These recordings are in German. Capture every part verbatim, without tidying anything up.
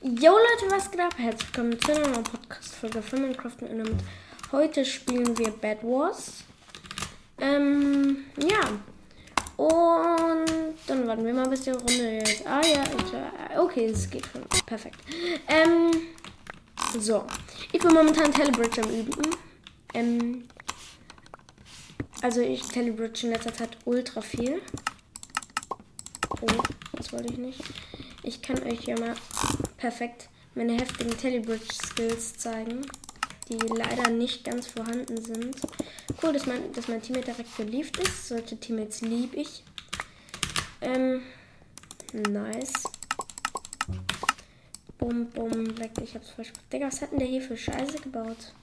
Jo Leute, was geht ab? Herzlich willkommen zu einer neuen Podcast-Folge von Minecraft und heute spielen wir Bed Wars. Ähm, ja. Und dann warten wir mal, bis die Runde jetzt. Ah ja, ich, okay, es geht schon. Perfekt. Ähm, so. Ich bin momentan Telebridge am Üben. Ähm, also ich Telebridge in letzter Zeit ultra viel. Oh, das wollte ich nicht. Ich kann euch ja mal perfekt meine heftigen Telebridge-Skills zeigen, die leider nicht ganz vorhanden sind. Cool, dass mein, dass mein Teammate direkt gelieft ist. Solche Teammates lieb ich. Ähm, nice. Bum, bum, weg. Ich hab's versprochen. Digga, was hat denn der hier für Scheiße gebaut?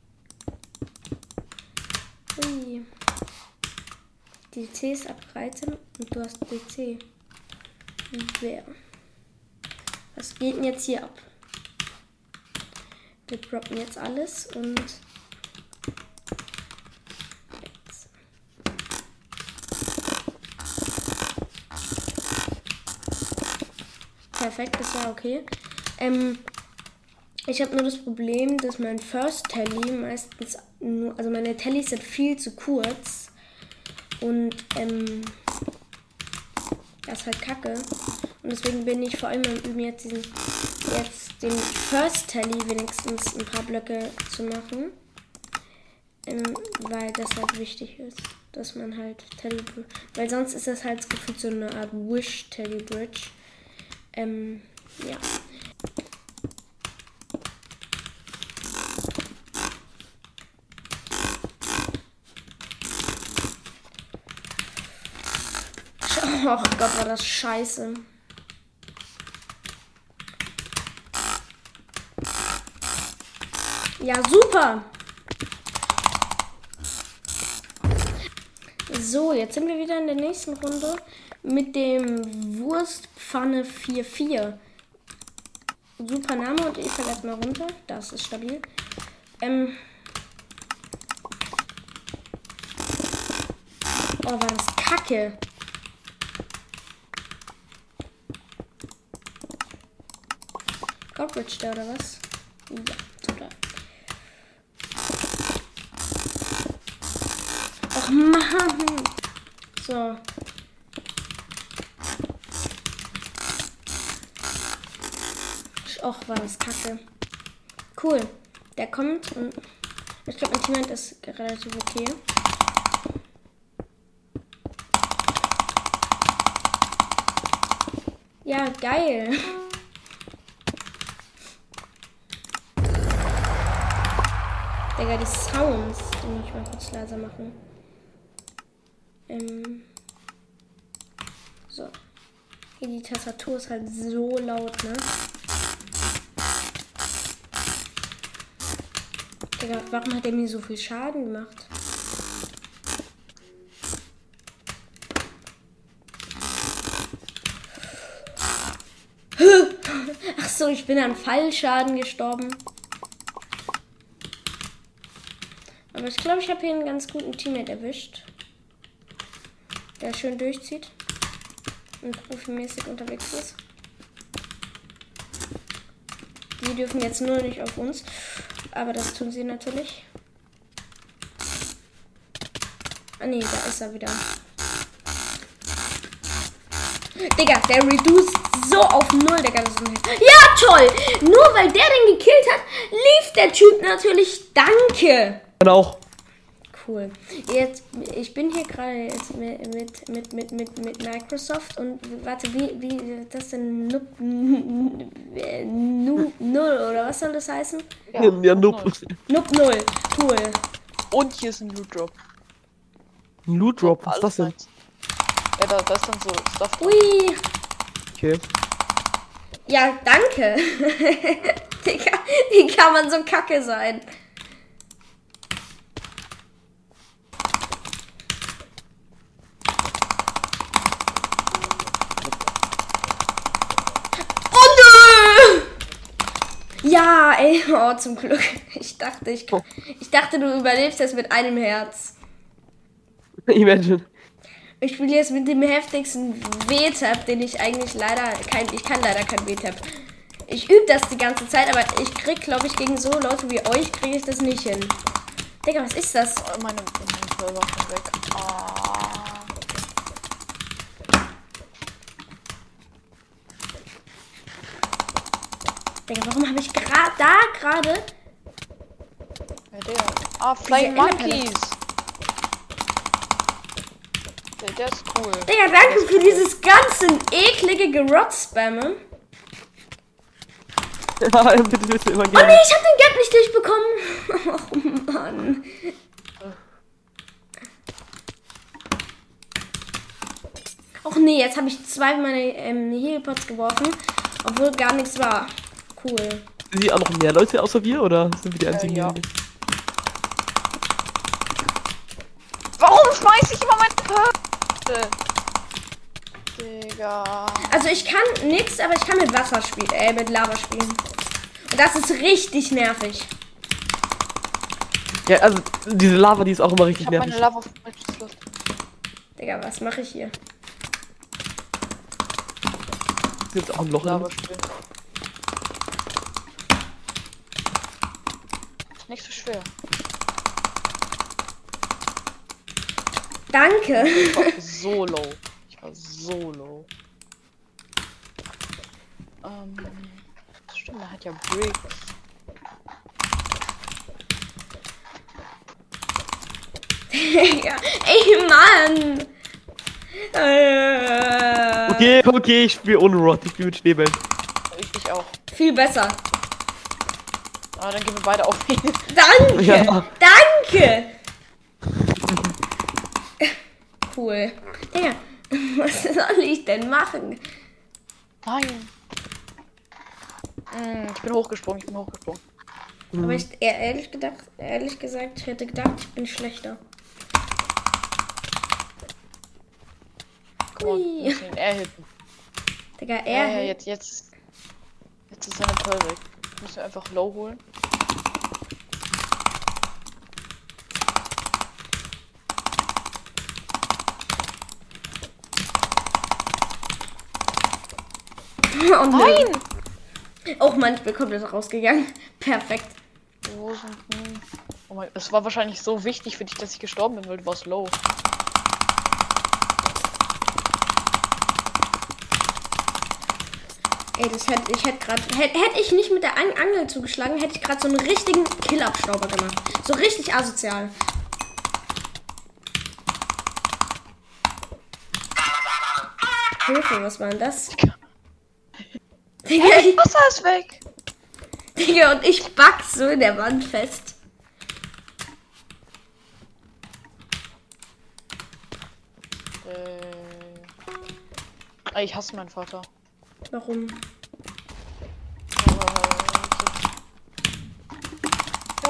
Ui. Die D C ist ab dreizehn und du hast D C. Wer? Was geht denn jetzt hier ab? Wir droppen jetzt alles und jetzt. Perfekt, das war okay. Ähm, ich habe nur das Problem, dass mein First Tally meistens nur, also meine Tallys sind viel zu kurz und ähm, das ist halt kacke. Und deswegen bin ich vor allem am Üben jetzt diesen, jetzt den First Tally wenigstens ein paar Blöcke zu machen. Ähm, weil das halt wichtig ist, dass man halt Tally, weil sonst ist das halt gefühlt so eine Art Wish Tally Bridge. Ähm, ja. Oh Gott, war das scheiße. Ja, super. So, jetzt sind wir wieder in der nächsten Runde mit dem Wurstpfanne vier vier. Super Name und ich fahre erstmal runter. Das ist stabil. Ähm. Oh, war das kacke. Godbridge da oder was? Ja, total. Och Mann! So. Och, war das kacke. Cool. Der kommt und ich glaube, mein Teammate ist relativ okay. Ja, geil. Digga, die Sounds, die muss ich mal kurz leiser machen. Ähm. So. Hier die Tastatur ist halt so laut, ne? Digga, warum hat der mir so viel Schaden gemacht? Ach so, ich bin an Fallschaden gestorben. Aber ich glaube, ich habe hier einen ganz guten Teammate erwischt. Der schön durchzieht. Und profimäßig unterwegs ist. Die dürfen jetzt nur nicht auf uns. Aber das tun sie natürlich. Ah ne, da ist er wieder. Digga, der reduced so auf null, Digga. Das ist ein ja, toll! Nur weil der den gekillt hat, lief der Typ natürlich. Danke! Auch. Cool. Jetzt, ich bin hier gerade jetzt mit, mit, mit, mit, mit, mit Microsoft und warte, wie, wie ist das denn? Null oder was soll das heißen? Ja, ja Noob. Noob null. Cool. Und hier ist ein Loot Drop. Ein Loot Drop, was ist das denn? Ja, da, da ist dann so Stuff. Ui. Okay. Ja, danke. Digga, wie kann man so kacke sein? Ja, ey, oh, zum Glück. Ich dachte, ich, ich dachte, du überlebst jetzt mit einem Herz. Imagine. Ich spiele jetzt mit dem heftigsten W-Tab, den ich eigentlich leider kein, ich kann leider kein W-Tab. Ich übe das die ganze Zeit, aber ich krieg, glaube ich, gegen so Leute wie euch kriege ich das nicht hin. Digga, was ist das? Oh, meine, meine Server sind weg. Ah. Digga, warum habe ich gerade da gerade... Ja, der. Ah, Flying Diese Monkeys. Der, der ist cool. Digga, danke für dieses ganze eklige Gerot-Spammen. Ja, bitte, bitte, immer Oh gerne. nee, ich hab den Gap nicht durchbekommen. Oh Mann. Och nee, jetzt habe ich zwei meine ähm, Healpots geworfen, obwohl gar nichts war. Cool. Sind die auch noch mehr Leute außer wir oder sind wir die einzigen? ja. die- Warum schmeiß ich immer meine Pötte? Digga. Also ich kann nix, aber ich kann mit Wasser spielen, äh, mit Lava spielen. Und das ist richtig nervig. Ja, also diese Lava, die ist auch immer richtig Ich hab nervig. meine Lava auf falsches Slot. Digga, was mache ich hier? Ist jetzt auch ein Loch. Lava in- spielen. Ist nicht so schwer. Danke. Ich war so low. Ich war so low. Ähm. Das stimmt, er hat ja Bricks. Digga, ey Mann. Äh, Okay, okay, ich spiele ohne Rod, ich spiele mit Schneebällen. Ich, ich auch. Viel besser. Ah, dann gehen wir beide auf ihn. Danke. Ja. Danke. Cool. Digga, was soll ich denn machen? Nein. Hm, ich bin hochgesprungen, ich bin hochgesprungen. Aber ich, ehr- ehrlich gedacht, ehrlich gesagt, ich hätte gedacht, ich bin schlechter. Komm on, wir Ui. müssen ihn air hitten. Digga, Ja, er. ja, jetzt, jetzt. Jetzt ist seine Pearl weg. Müssen wir einfach low holen. Oh Nein! Oh Mann, ich bin komplett rausgegangen. Perfekt. Wo sind denn... Oh mein, es war wahrscheinlich so wichtig für dich, dass ich gestorben bin, weil du warst low. Ey, das hätte ich hätte gerade hätte hätt ich nicht mit der An Angel zugeschlagen, hätte ich gerade so einen richtigen Killabstauber gemacht. So richtig asozial. Hilfe, was war denn das? Digga, ich, Wasser ist weg! Digga, und ich back so in der Wand fest. Äh... Ich hasse meinen Vater. Warum? Ja.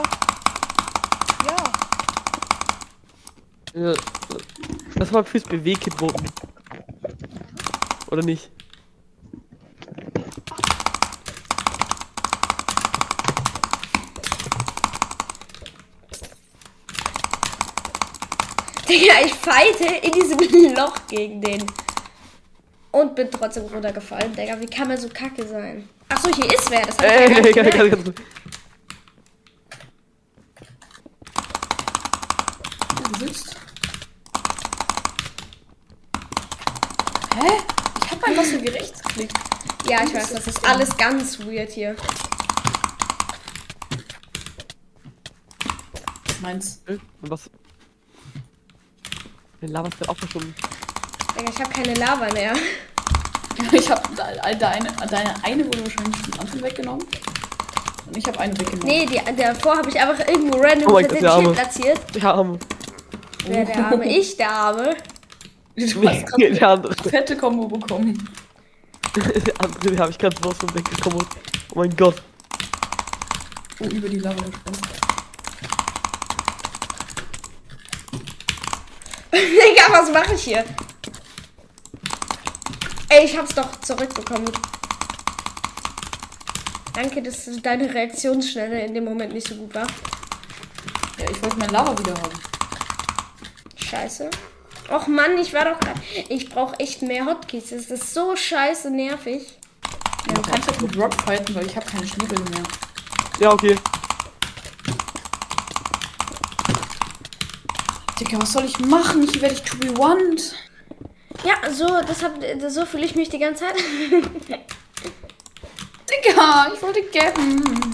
Ja. Ja, das war fürs B W-Kit voten. Oder nicht? Digga, ich fighte in diesem Loch gegen den. Und bin trotzdem runtergefallen. Digga, wie kann man so kacke sein? Achso, hier ist wer. Das hab ich ja gar Ey, nicht ganz, gemerkt. ganz, ganz. Du sitzt. Hä? Ich hab einfach so wie rechtsklick. Ja, ich weiß, das ist alles ganz weird hier. Meins. Und was? Den Lava ist auch verschwunden. Digga, ich habe keine Lava mehr. Ich hab da- deine, deine eine wurde wahrscheinlich von Anfang weggenommen. Und ich habe eine weggenommen. Nee, die, davor habe ich einfach irgendwo random Oh mein für Gott, den der Arme. Schild platziert. Ja, Arme. Wer der Arme? Ich, der Arme. Du hast Nee, gerade der andere. eine fette Kombo bekommen. Der andere, den habe ich ganz los und weggekommen. Oh mein Gott. Oh, über die Lava gesprungen. Digga, was mache ich hier? Ey, ich hab's doch zurückbekommen. Danke, dass deine Reaktionsschnelle in dem Moment nicht so gut war. Ja, ich wollte mein Lava wieder haben. Scheiße. Och Mann, ich war doch grad. Ich brauche echt mehr Hotkeys. Das ist so scheiße nervig. Ja, du kannst halt mit Rock fighten, weil ich habe keine Schneebälle mehr. Ja, okay. Digga, was soll ich machen? Ich werde ich to be one. Ja, so, das hab, so fühle ich mich die ganze Zeit. Digga, ich wollte gappen.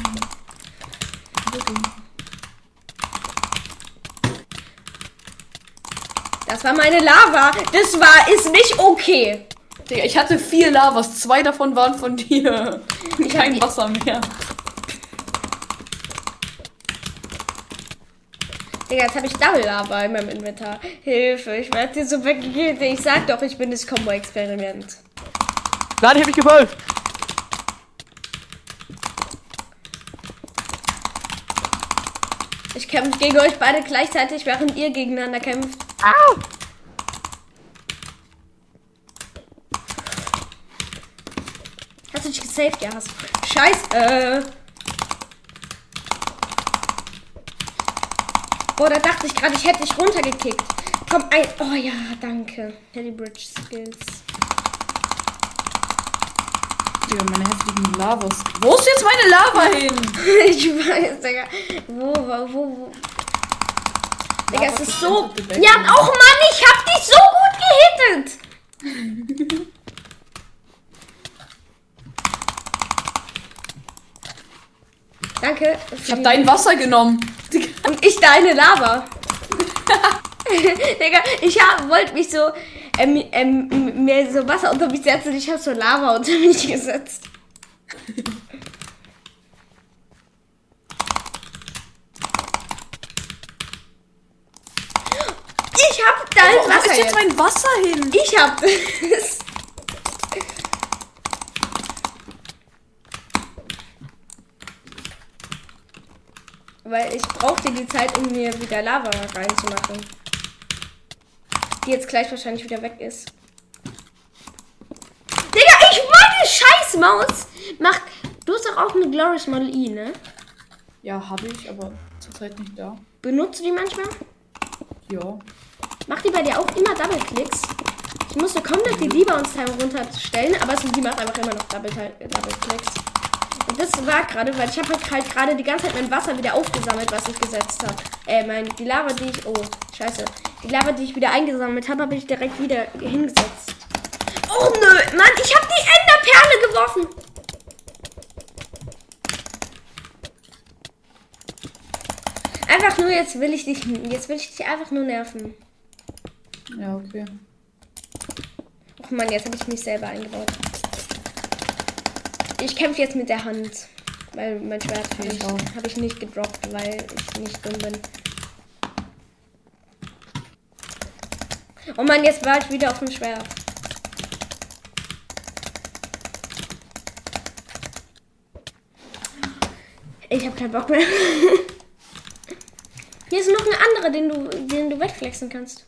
Das war meine Lava. Das war, ist nicht okay. Digga, ich hatte vier Lavas. Zwei davon waren von dir. Kein Wasser mehr. Digga, jetzt habe ich Double Lava in meinem Inventar. Hilfe, ich werde dir so weggekillt. Ich sag doch, ich bin das Combo-Experiment. Nein, ich hab mich gewollt. Ich kämpfe gegen euch beide gleichzeitig, während ihr gegeneinander kämpft. Au! Hast du dich gesaved? Ja, hast du. Scheiße. Oh, da dachte ich gerade, ich hätte dich runtergekickt. Komm, ein. Oh ja, danke. Teddy Bridge Skills. Digga, meine heftigen Lavas. Wo ist jetzt meine Lava hin? Ich weiß, Digga. Wo, wo, wo, wo? Digga, es ist so. Ja, Ja, auch Mann, ich hab dich so gut gehittet. Danke. ich hab dein Wasser genommen. Und ich deine Lava. Digga, ich wollte mich so ähm, ähm, mir so Wasser unter mich setzen und ich habe so Lava unter mich gesetzt. Ich hab dein Wo Wasser ist jetzt mein Wasser hin? Ich hab es. Weil ich brauchte die Zeit, um mir wieder Lava reinzumachen. Die jetzt gleich wahrscheinlich wieder weg ist. Digga, ich meine Scheißmaus! Macht. Du hast doch auch eine Glorious Model E, ne? Ja, habe ich, aber zurzeit nicht da. Benutzt du die manchmal? Ja. Macht die bei dir auch immer Double-Clicks? Ich musste komplett die Debounce-Time runterstellen, aber die macht einfach immer noch Double-Clicks. Und das war gerade, weil ich habe halt gerade die ganze Zeit mein Wasser wieder aufgesammelt, was ich gesetzt habe. Äh, mein, die Lava, die ich... Oh, scheiße. Die Lava, die ich wieder eingesammelt habe, habe ich direkt wieder hingesetzt. Oh, nö. Mann, ich habe die Enderperle geworfen. Einfach nur, jetzt will ich dich... Jetzt will ich dich einfach nur nerven. Ja, okay. Ach Mann, jetzt habe ich mich selber eingebaut. Ich kämpfe jetzt mit der Hand. Weil mein Schwert habe ich, hab ich nicht gedroppt, weil ich nicht dumm bin. Oh Mann, jetzt war ich wieder auf dem Schwert. Ich habe keinen Bock mehr. Hier ist noch ein anderer, den du, den du wegflexen kannst.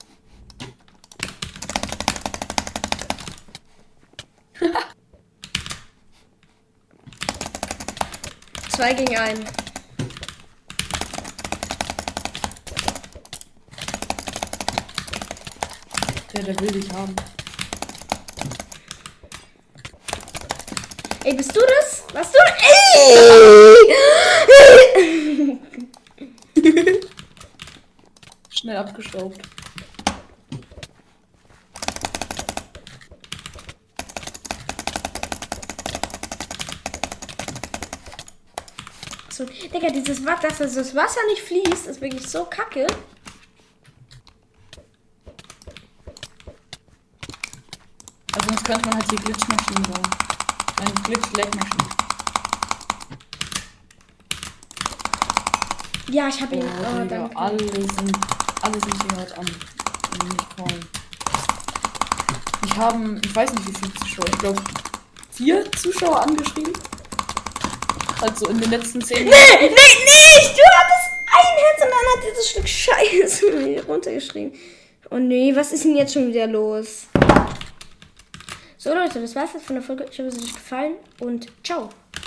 Zwei gegen einen. Der, der will dich haben. Ey, bist du das? Was du? Ey! Schnell abgestaubt. So, Digga, dieses Wasser, dass das Wasser nicht fließt, ist wirklich so kacke. Also sonst könnte man halt die Glitchmaschinen bauen. Eine Glitch-Lag-Maschine. Ja, ich habe ihn. Oh, Oh, Digga, danke. alle sind, alle sind hier gerade an. Nicht kaum. Ich habe, ich weiß nicht wie viele Zuschauer, ich glaube vier Zuschauer angeschrieben. Also in den letzten zehn Jahren. Nee, nee, nicht! Du hattest ein Herz und dann hat dieses Stück Scheiße mir runtergeschrieben. Oh nee, was ist denn jetzt schon wieder los? So Leute, das war's jetzt von der Folge. Ich hoffe, es hat euch gefallen und ciao.